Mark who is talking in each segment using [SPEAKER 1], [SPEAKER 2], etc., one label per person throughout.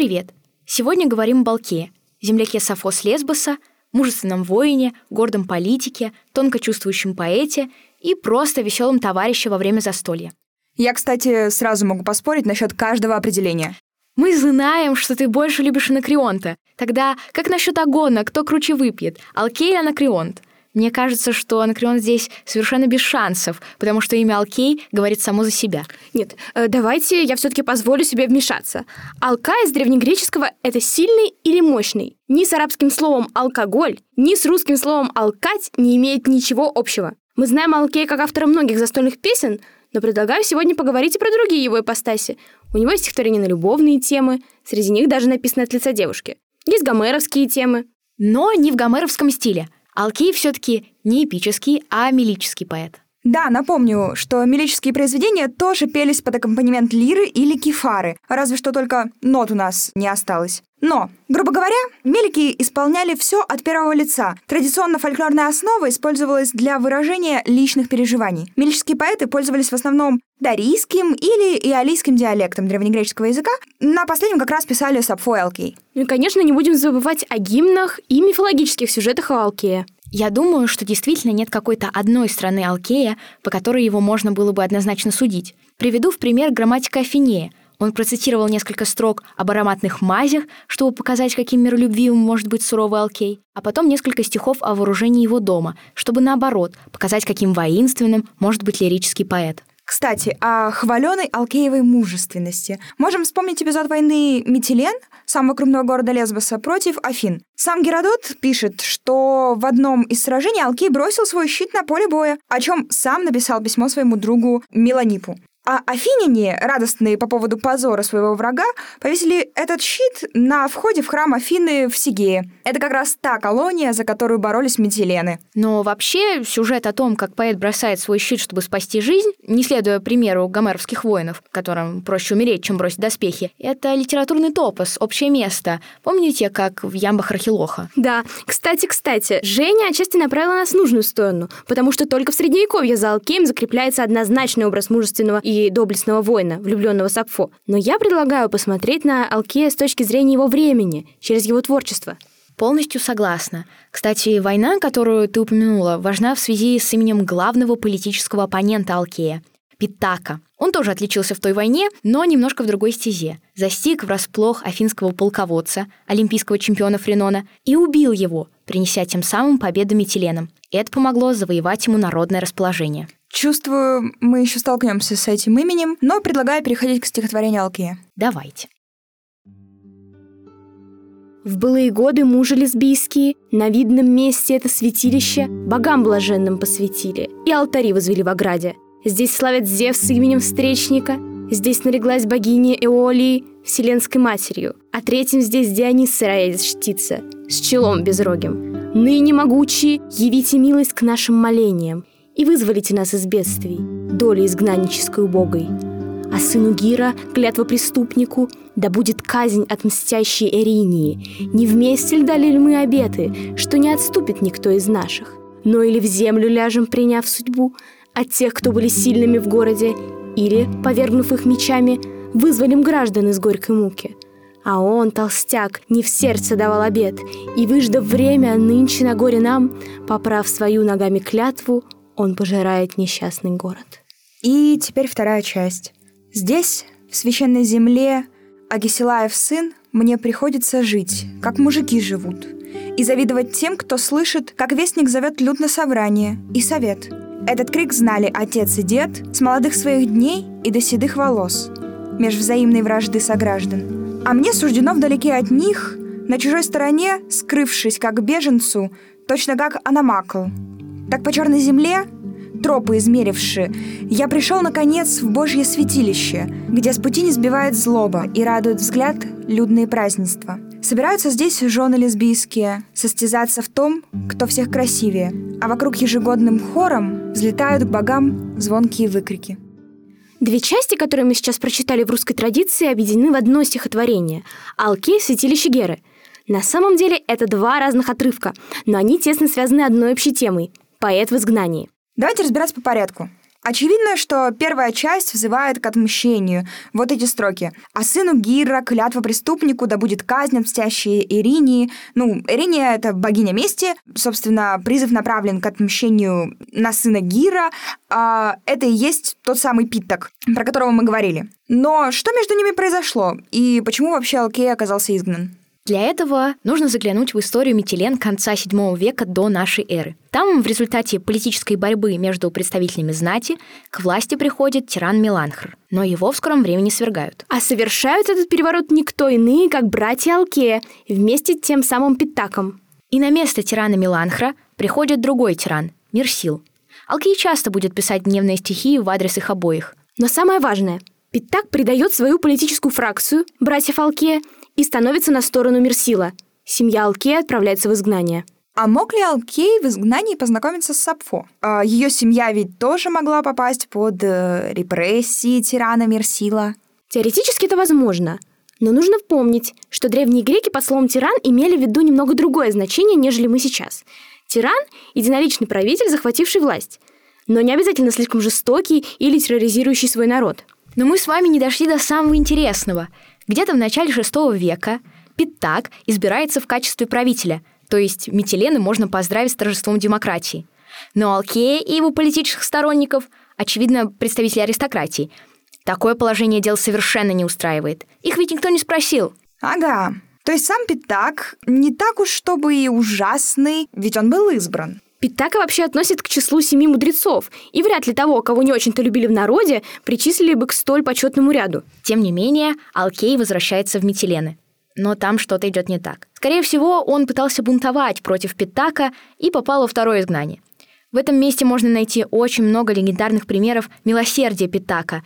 [SPEAKER 1] привет! Сегодня говорим об Алкее, земляке Сафо с Лесбоса, мужественном воине, гордом политике, тонко чувствующем поэте и просто веселом товарище во время застолья.
[SPEAKER 2] Я, кстати, сразу могу поспорить насчет каждого определения.
[SPEAKER 1] Мы знаем, что ты больше любишь Анакреонта. Тогда как насчет Агона, кто круче выпьет, Алкей или Анакреонт? Мне кажется, что Анакреонт здесь совершенно без шансов, потому что имя Алкей говорит само за себя.
[SPEAKER 3] Нет, давайте я все-таки позволю себе вмешаться. Алка из древнегреческого — это сильный или мощный. Ни с арабским словом «алкоголь», ни с русским словом «алкать» не имеет ничего общего. Мы знаем Алкея как автора многих застольных песен, но предлагаю сегодня поговорить и про другие его ипостаси. У него есть стихотворения на любовные темы, среди них даже написано от лица девушки. Есть гомеровские темы.
[SPEAKER 1] Но не в гомеровском стиле. Алкей все-таки не эпический, а мелический поэт.
[SPEAKER 2] Да, напомню, что мелические произведения тоже пелись под аккомпанемент лиры или кефары, разве что только нот у нас не осталось. Но, грубо говоря, мелики исполняли все от первого лица. Традиционно фольклорная основа использовалась для выражения личных переживаний. Мелические поэты пользовались в основном дарийским или иолийским диалектом древнегреческого языка. На последнем как раз писали Сафо и Алкей.
[SPEAKER 3] Ну и, конечно, не будем забывать о гимнах и мифологических сюжетах о Алкее.
[SPEAKER 1] Я думаю, что действительно нет какой-то одной стороны Алкея, по которой его можно было бы однозначно судить. Приведу в пример грамматика Афинея. Он процитировал несколько строк об ароматных мазях, чтобы показать, каким миролюбивым может быть суровый Алкей, а потом несколько стихов о вооружении его дома, чтобы, наоборот, показать, каким воинственным может быть лирический поэт.
[SPEAKER 2] Кстати, о хваленой Алкеевой мужественности. Можем вспомнить эпизод войны Митилен, самого крупного города Лесбоса, против Афин. Сам Геродот пишет, что в одном из сражений Алкей бросил свой щит на поле боя, о чем сам написал письмо своему другу Меланипу. А афиняне, радостные по поводу позора своего врага, повесили этот щит на входе в храм Афины в Сигее. Это как раз та колония, за которую боролись митилены.
[SPEAKER 1] Но вообще сюжет о том, как поэт бросает свой щит, чтобы спасти жизнь, не следуя примеру гомеровских воинов, которым проще умереть, чем бросить доспехи, это литературный топос, общее место. Помните, как в ямбах Архилоха?
[SPEAKER 3] Да, кстати, Женя отчасти направила нас в нужную сторону, потому что только в Средневековье за Алкеем закрепляется однозначный образ мужественного и доблестного воина, влюбленного Сафо. Но я предлагаю посмотреть на Алкея с точки зрения его времени, через его творчество.
[SPEAKER 1] Полностью согласна. Кстати, война, которую ты упомянула, важна в связи с именем главного политического оппонента Алкея — Питака. Он тоже отличился в той войне, но немножко в другой стезе. Застиг врасплох афинского полководца, олимпийского чемпиона Френона, и убил его, принеся тем самым победу митиленам. Это помогло завоевать ему народное расположение.
[SPEAKER 2] Чувствую, мы еще столкнемся с этим именем, но предлагаю переходить к стихотворению Алкея.
[SPEAKER 1] Давайте.
[SPEAKER 3] В былые годы мужи лесбийские на видном месте это святилище богам блаженным посвятили и алтари возвели в ограде. Здесь славят Зевса именем встречника, здесь налеглась богиня Эолии вселенской матерью, а третьим здесь Дионис сыроедец чтится, с челом безрогим. Ныне могучие, явите милость к нашим молениям и вызволите нас из бедствий, доли изгнаннической убогой. А сыну Гира, клятва преступнику, да будет казнь от мстящей Эринии. Не вместе ли дали ли мы обеты, что не отступит никто из наших? Но или в землю ляжем, приняв судьбу от тех, кто были сильными в городе, или, повергнув их мечами, вызволим граждан из горькой муки. А он, толстяк, не в сердце давал обет, и, выждав время, нынче на горе нам, поправ свою ногами клятву, он пожирает несчастный город.
[SPEAKER 2] И теперь вторая часть. Здесь, в священной земле, Агисилаев сын, мне приходится жить, как мужики живут, и завидовать тем, кто слышит, как вестник зовет люд на собрание и совет. Этот крик знали отец и дед с молодых своих дней и до седых волос, меж взаимной вражды сограждан. А мне суждено вдалеке от них, на чужой стороне, скрывшись как беженцу, точно как Аномакл. Так по черной земле, тропы измеривши, я пришел, наконец, в Божье святилище, где с пути не сбивает злоба и радует взгляд людные празднества. Собираются здесь жены лесбийские, состязаться в том, кто всех красивее, а вокруг ежегодным хором взлетают к богам звонкие выкрики.
[SPEAKER 3] Две части, которые мы сейчас прочитали в русской традиции, объединены в одно стихотворение — «Алкей в святилище Геры». На самом деле это два разных отрывка, но они тесно связаны одной общей темой — поэт в изгнании.
[SPEAKER 2] Давайте разбираться по порядку. Очевидно, что первая часть взывает к отмщению. Вот эти строки. «А сыну Гира клятва преступнику, да будет казнен мстящие Иринии». Ириния — это богиня мести. Собственно, призыв направлен к отмщению на сына Гира. Это и есть тот самый Питтак, про которого мы говорили. Но что между ними произошло? И почему вообще Алкей оказался изгнан?
[SPEAKER 1] Для этого нужно заглянуть в историю Митилен конца VII века до нашей эры. Там в результате политической борьбы между представителями знати к власти приходит тиран Меланхр, но его в скором времени свергают.
[SPEAKER 3] А совершают этот переворот никто иные, как братья Алкея, вместе с тем самым Питтаком.
[SPEAKER 1] И на место тирана Меланхра приходит другой тиран – Мирсил. Алкей часто будет писать гневные стихи в адрес их обоих.
[SPEAKER 3] Но самое важное – Питтак предает свою политическую фракцию, братьев Алкея, и становится на сторону Мирсила. Семья Алкея отправляется в изгнание.
[SPEAKER 2] А мог ли Алкей в изгнании познакомиться с Сапфо? Ее семья ведь тоже могла попасть под репрессии тирана Мирсила.
[SPEAKER 3] Теоретически это возможно. Но нужно помнить, что древние греки под словом «тиран» имели в виду немного другое значение, нежели мы сейчас. Тиран – единоличный правитель, захвативший власть. Но не обязательно слишком жестокий или терроризирующий свой народ.
[SPEAKER 1] Но мы с вами не дошли до самого интересного. Где-то в начале VI века Питтак избирается в качестве правителя, то есть Митилены можно поздравить с торжеством демократии. Но Алкея и его политических сторонников, очевидно, представители аристократии, такое положение дел совершенно не устраивает. Их ведь никто не спросил.
[SPEAKER 2] Ага. То есть сам Питтак не так уж чтобы и ужасный, ведь он был избран.
[SPEAKER 3] Питтака вообще относят к числу 7 мудрецов, и вряд ли того, кого не очень-то любили в народе, причислили бы к столь почетному ряду.
[SPEAKER 1] Тем не менее, Алкей возвращается в Митилены. Но там что-то идет не так. Скорее всего, он пытался бунтовать против Питтака и попал во второе изгнание. В этом месте можно найти очень много легендарных примеров милосердия Питтака.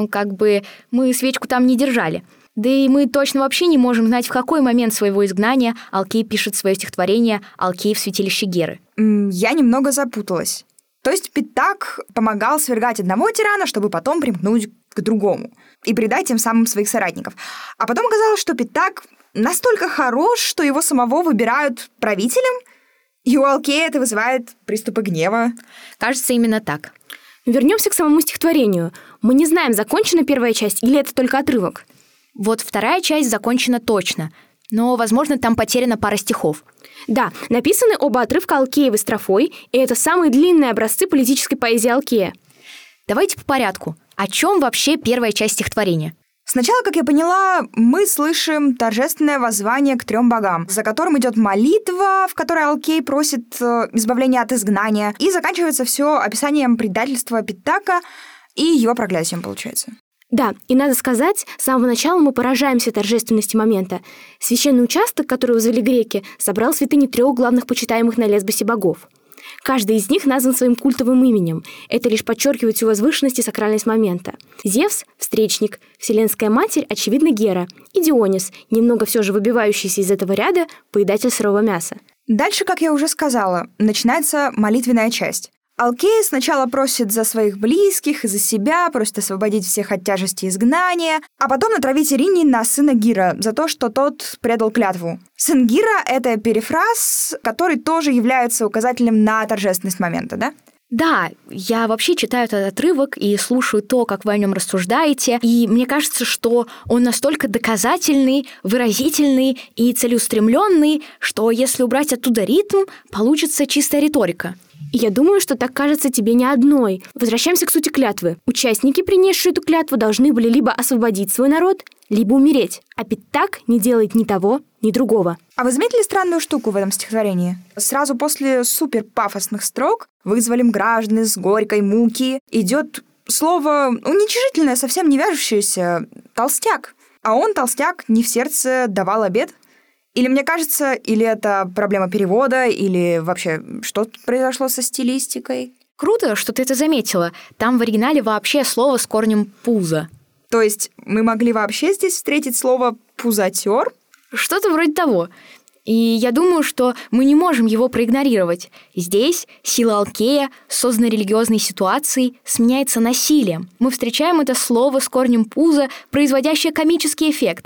[SPEAKER 1] Мы свечку там не держали. Да и мы точно вообще не можем знать, в какой момент своего изгнания Алкей пишет свое стихотворение «Алкей в святилище Геры».
[SPEAKER 2] Я немного запуталась. То есть Питтак помогал свергать одного тирана, чтобы потом примкнуть к другому и предать тем самым своих соратников. А потом оказалось, что Питтак настолько хорош, что его самого выбирают правителем, и у Алкея это вызывает приступы гнева.
[SPEAKER 1] Кажется, именно так.
[SPEAKER 3] Вернемся к самому стихотворению. Мы не знаем, закончена первая часть или это только отрывок.
[SPEAKER 1] Вот вторая часть закончена точно, но, возможно, там потеряна пара стихов.
[SPEAKER 3] Да, написаны оба отрывка Алкеевой строфой, и это самые длинные образцы политической поэзии Алкея.
[SPEAKER 1] Давайте по порядку. О чем вообще первая часть стихотворения?
[SPEAKER 2] Сначала, как я поняла, мы слышим торжественное воззвание к 3 богам, за которым идет молитва, в которой Алкей просит избавления от изгнания, и заканчивается все описанием предательства Питтака и его проклятием, получается.
[SPEAKER 3] Да, и надо сказать, с самого начала мы поражаемся торжественности момента. Священный участок, который возвели греки, собрал святыни 3 главных почитаемых на Лесбосе богов. Каждый из них назван своим культовым именем. Это лишь подчеркивает всю возвышенность и сакральность момента. Зевс — встречник, Вселенская Матерь, очевидно, Гера, и Дионис, немного все же выбивающийся из этого ряда, поедатель сырого мяса.
[SPEAKER 2] Дальше, как я уже сказала, начинается молитвенная часть. Алкей сначала просит за своих близких и за себя, просит освободить всех от тяжести изгнания, а потом натравить Иринии на сына Гира за то, что тот предал клятву. Сын Гира — это перефраз, который тоже является указателем на торжественность момента, да?
[SPEAKER 1] Да, я вообще читаю этот отрывок и слушаю то, как вы о нем рассуждаете, и мне кажется, что он настолько доказательный, выразительный и целеустремленный, что если убрать оттуда ритм, получится чистая риторика.
[SPEAKER 3] И я думаю, что так кажется тебе не одной. Возвращаемся к сути клятвы. Участники, принесшие эту клятву, должны были либо освободить свой народ, либо умереть. А Питтак не делает ни того, ни другого.
[SPEAKER 2] А вы заметили странную штуку в этом стихотворении? Сразу после суперпафосных строк «вызволим граждан с горькой муки» идет слово уничижительное, совсем не вяжущееся «толстяк». А он, толстяк, не в сердце давал обет. Или мне кажется, или это проблема перевода, или вообще что произошло со стилистикой?
[SPEAKER 1] Круто, что ты это заметила. Там в оригинале вообще слово с корнем «пузо».
[SPEAKER 2] То есть мы могли вообще здесь встретить слово «пузатер»?
[SPEAKER 1] Что-то вроде того. И я думаю, что мы не можем его проигнорировать. Здесь сила Алкея, созданной религиозной ситуацией, сменяется насилием. Мы встречаем это слово с корнем «пузо», производящее комический эффект.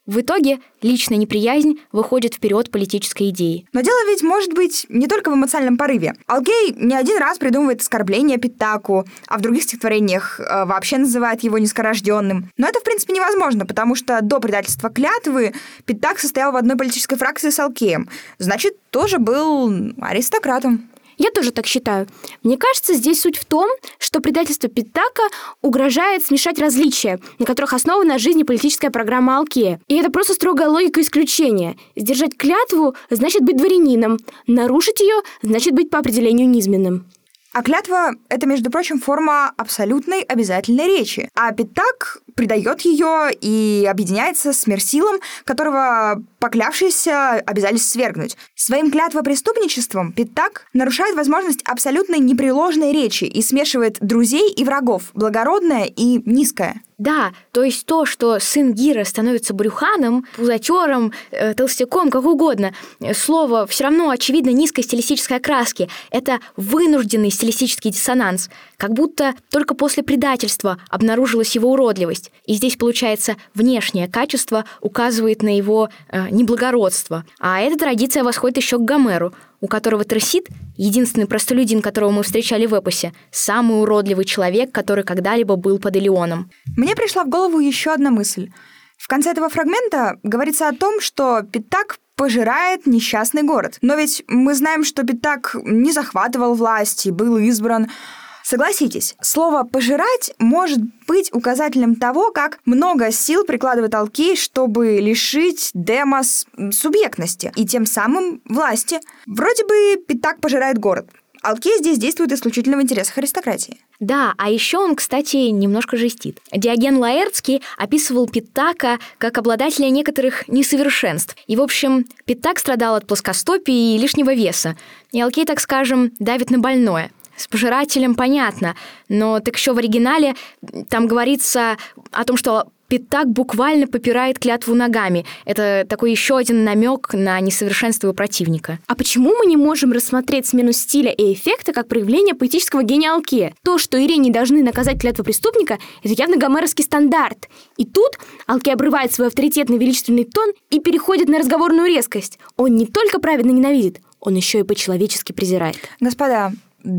[SPEAKER 1] В итоге личная неприязнь выходит вперед политической идеи.
[SPEAKER 2] Но дело ведь может быть не только в эмоциональном порыве. Алкей не один раз придумывает оскорбление Питаку, а в других стихотворениях вообще называет его низкорожденным. Но это, в принципе, невозможно, потому что до предательства клятвы Питак состоял в одной политической фракции с Алкеем. Значит, тоже был аристократом.
[SPEAKER 3] Я тоже так считаю. Мне кажется, здесь суть в том, что предательство Питака угрожает смешать различия, на которых основана жизнь и политическая программа Алкея. И это просто строгая логика исключения. Сдержать клятву значит быть дворянином, нарушить ее значит быть по определению низменным.
[SPEAKER 2] А клятва — это, между прочим, форма абсолютной обязательной речи. А Питак придает ее и объединяется с Мерсилом, которого поклявшиеся обязались свергнуть. Своим клятвопреступничеством Питак нарушает возможность абсолютной непреложной речи и смешивает друзей и врагов, благородное и низкое.
[SPEAKER 1] Да, то есть то, что сын Гира становится брюханом, пузатером, толстяком, как угодно, слово все равно, очевидно, низкой стилистической окраски. Это вынужденный стилистический диссонанс. Как будто только после предательства обнаружилась его уродливость. И здесь, получается, внешнее качество указывает на его неблагородство. А эта традиция восходит еще к Гомеру, у которого Тресид, единственный простолюдин, которого мы встречали в эпосе, самый уродливый человек, который когда-либо был под Илионом.
[SPEAKER 2] Мне пришла в голову еще одна мысль. В конце этого фрагмента говорится о том, что Питак пожирает несчастный город. Но ведь мы знаем, что Питак не захватывал власть и был избран. Согласитесь, слово «пожирать» может быть указателем того, как много сил прикладывает Алкей, чтобы лишить Демос субъектности и тем самым власти. Вроде бы Питак пожирает город. Алкей здесь действует исключительно в интересах аристократии.
[SPEAKER 1] Да, а еще он, кстати, немножко жестит. Диоген Лаэртский описывал Питака как обладателя некоторых несовершенств. И, в общем, Питак страдал от плоскостопия и лишнего веса. И Алкей, так скажем, давит на больное. С пожирателем понятно, но так еще в оригинале там говорится о том, что Питак буквально попирает клятву ногами. Это такой еще один намек на несовершенство его противника.
[SPEAKER 3] А почему мы не можем рассмотреть смену стиля и эффекта как проявление поэтического гения Алкея? То, что Ирене должны наказать клятву преступника, это явно гомеровский стандарт. И тут Алкей обрывает свой авторитетный величественный тон и переходит на разговорную резкость. Он не только праведно ненавидит, он еще и по-человечески презирает.
[SPEAKER 2] Господа,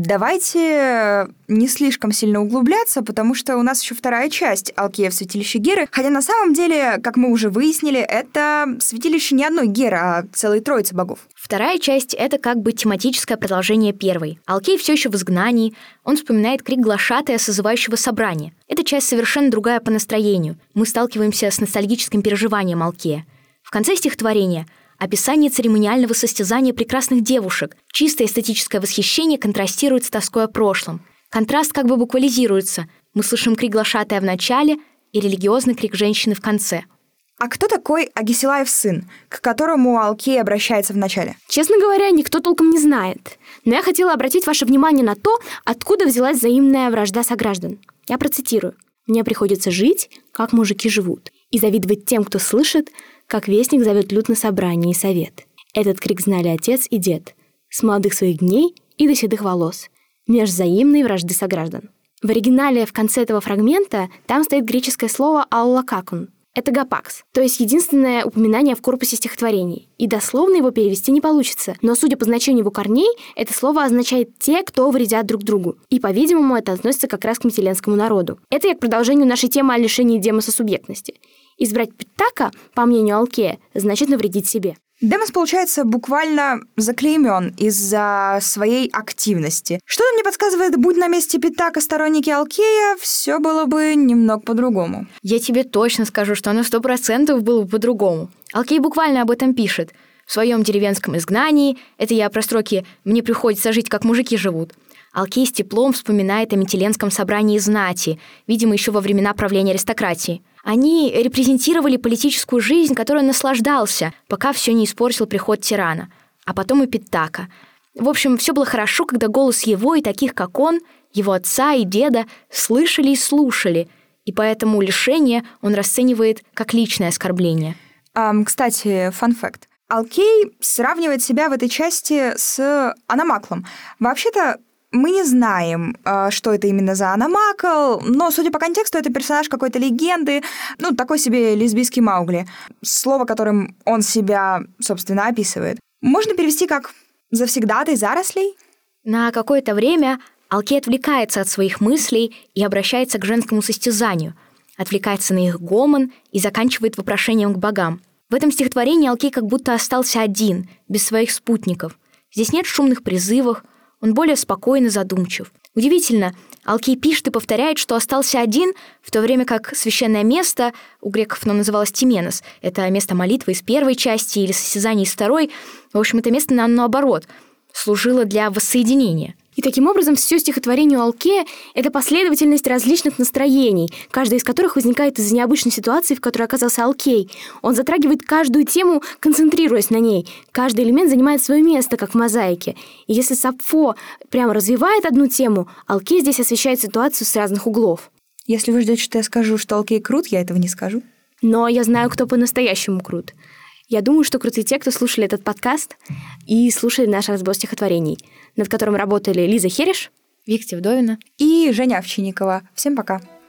[SPEAKER 2] давайте не слишком сильно углубляться, потому что у нас еще вторая часть Алкея в святилище Геры. Хотя на самом деле, как мы уже выяснили, это святилище не одной Геры, а целой троицы богов.
[SPEAKER 1] Вторая часть — это как бы тематическое продолжение первой. Алкей все еще в изгнании. Он вспоминает крик глашатая, созывающего собрание. Эта часть совершенно другая по настроению. Мы сталкиваемся с ностальгическим переживанием Алкея. В конце стихотворения описание церемониального состязания прекрасных девушек. Чистое эстетическое восхищение контрастирует с тоской о прошлом. Контраст как бы буквализируется. Мы слышим крик глашатая в начале и религиозный крик женщины в конце.
[SPEAKER 2] А кто такой Агисилаев сын, к которому Алкей обращается в начале?
[SPEAKER 3] Честно говоря, никто толком не знает. Но я хотела обратить ваше внимание на то, откуда взялась взаимная вражда сограждан. Я процитирую. «Мне приходится жить, как мужики живут, и завидовать тем, кто слышит, как вестник зовет люд на собрание и совет. Этот крик знали отец и дед, с молодых своих дней и до седых волос, меж взаимной вражды сограждан». В оригинале в конце этого фрагмента там стоит греческое слово «аллакакун». Это гапакс, то есть единственное упоминание в корпусе стихотворений. И дословно его перевести не получится, но, судя по значению его корней, это слово означает «те, кто вредят друг другу». И, по-видимому, это относится как раз к митиленскому народу. Это я к продолжению нашей темы о лишении демоса субъектности. Избрать Питака, по мнению Алкея, значит навредить себе.
[SPEAKER 2] Демос, получается, буквально заклеймен из-за своей активности. Что-то мне подсказывает, будь на месте Питака сторонники Алкея, все было бы немного по-другому.
[SPEAKER 1] Я тебе точно скажу, что оно 100% было бы по-другому. Алкей буквально об этом пишет. В своем деревенском изгнании, это я про строки «мне приходится жить, как мужики живут», Алкей с теплом вспоминает о митиленском собрании знати, видимо, еще во времена правления аристократии. Они репрезентировали политическую жизнь, которой он наслаждался, пока все не испортил приход тирана. А потом и Питака. В общем, все было хорошо, когда голос его и таких, как он, его отца и деда, слышали и слушали. И поэтому лишение он расценивает как личное оскорбление.
[SPEAKER 2] Кстати, фан-факт. Алкей сравнивает себя в этой части с Аномаклом. Вообще-то, Мы не знаем, что это именно за Анна Макл, но, судя по контексту, это персонаж какой-то легенды, такой себе лесбийский Маугли, слово, которым он себя, собственно, описывает. Можно перевести как «завсегдатай зарослей».
[SPEAKER 1] На какое-то время Алкей отвлекается от своих мыслей и обращается к женскому состязанию, отвлекается на их гомон и заканчивает вопрошением к богам. В этом стихотворении Алкей как будто остался один, без своих спутников. Здесь нет шумных призывов, он более спокойно задумчив. Удивительно, Алкей пишет и повторяет, что остался один, в то время как священное место, у греков оно называлось Тименос, это место молитвы из первой части или состязания из второй, в общем, это место, наоборот, служило для воссоединения.
[SPEAKER 3] И таким образом все стихотворение у Алкея — это последовательность различных настроений, каждая из которых возникает из-за необычной ситуации, в которой оказался Алкей. Он затрагивает каждую тему, концентрируясь на ней. Каждый элемент занимает свое место, как в мозаике. И если Сапфо прямо развивает одну тему, Алкей здесь освещает ситуацию с разных углов.
[SPEAKER 2] Если вы ждете, что я скажу, что Алкей крут, я этого не скажу.
[SPEAKER 3] Но я знаю, кто по-настоящему крут. Я думаю, что крутые те, кто слушали этот подкаст и слушали наш разбор стихотворений, над которым работали Лиза Хереш,
[SPEAKER 1] Вика Тевдовина
[SPEAKER 2] и Женя Овчинникова. Всем пока!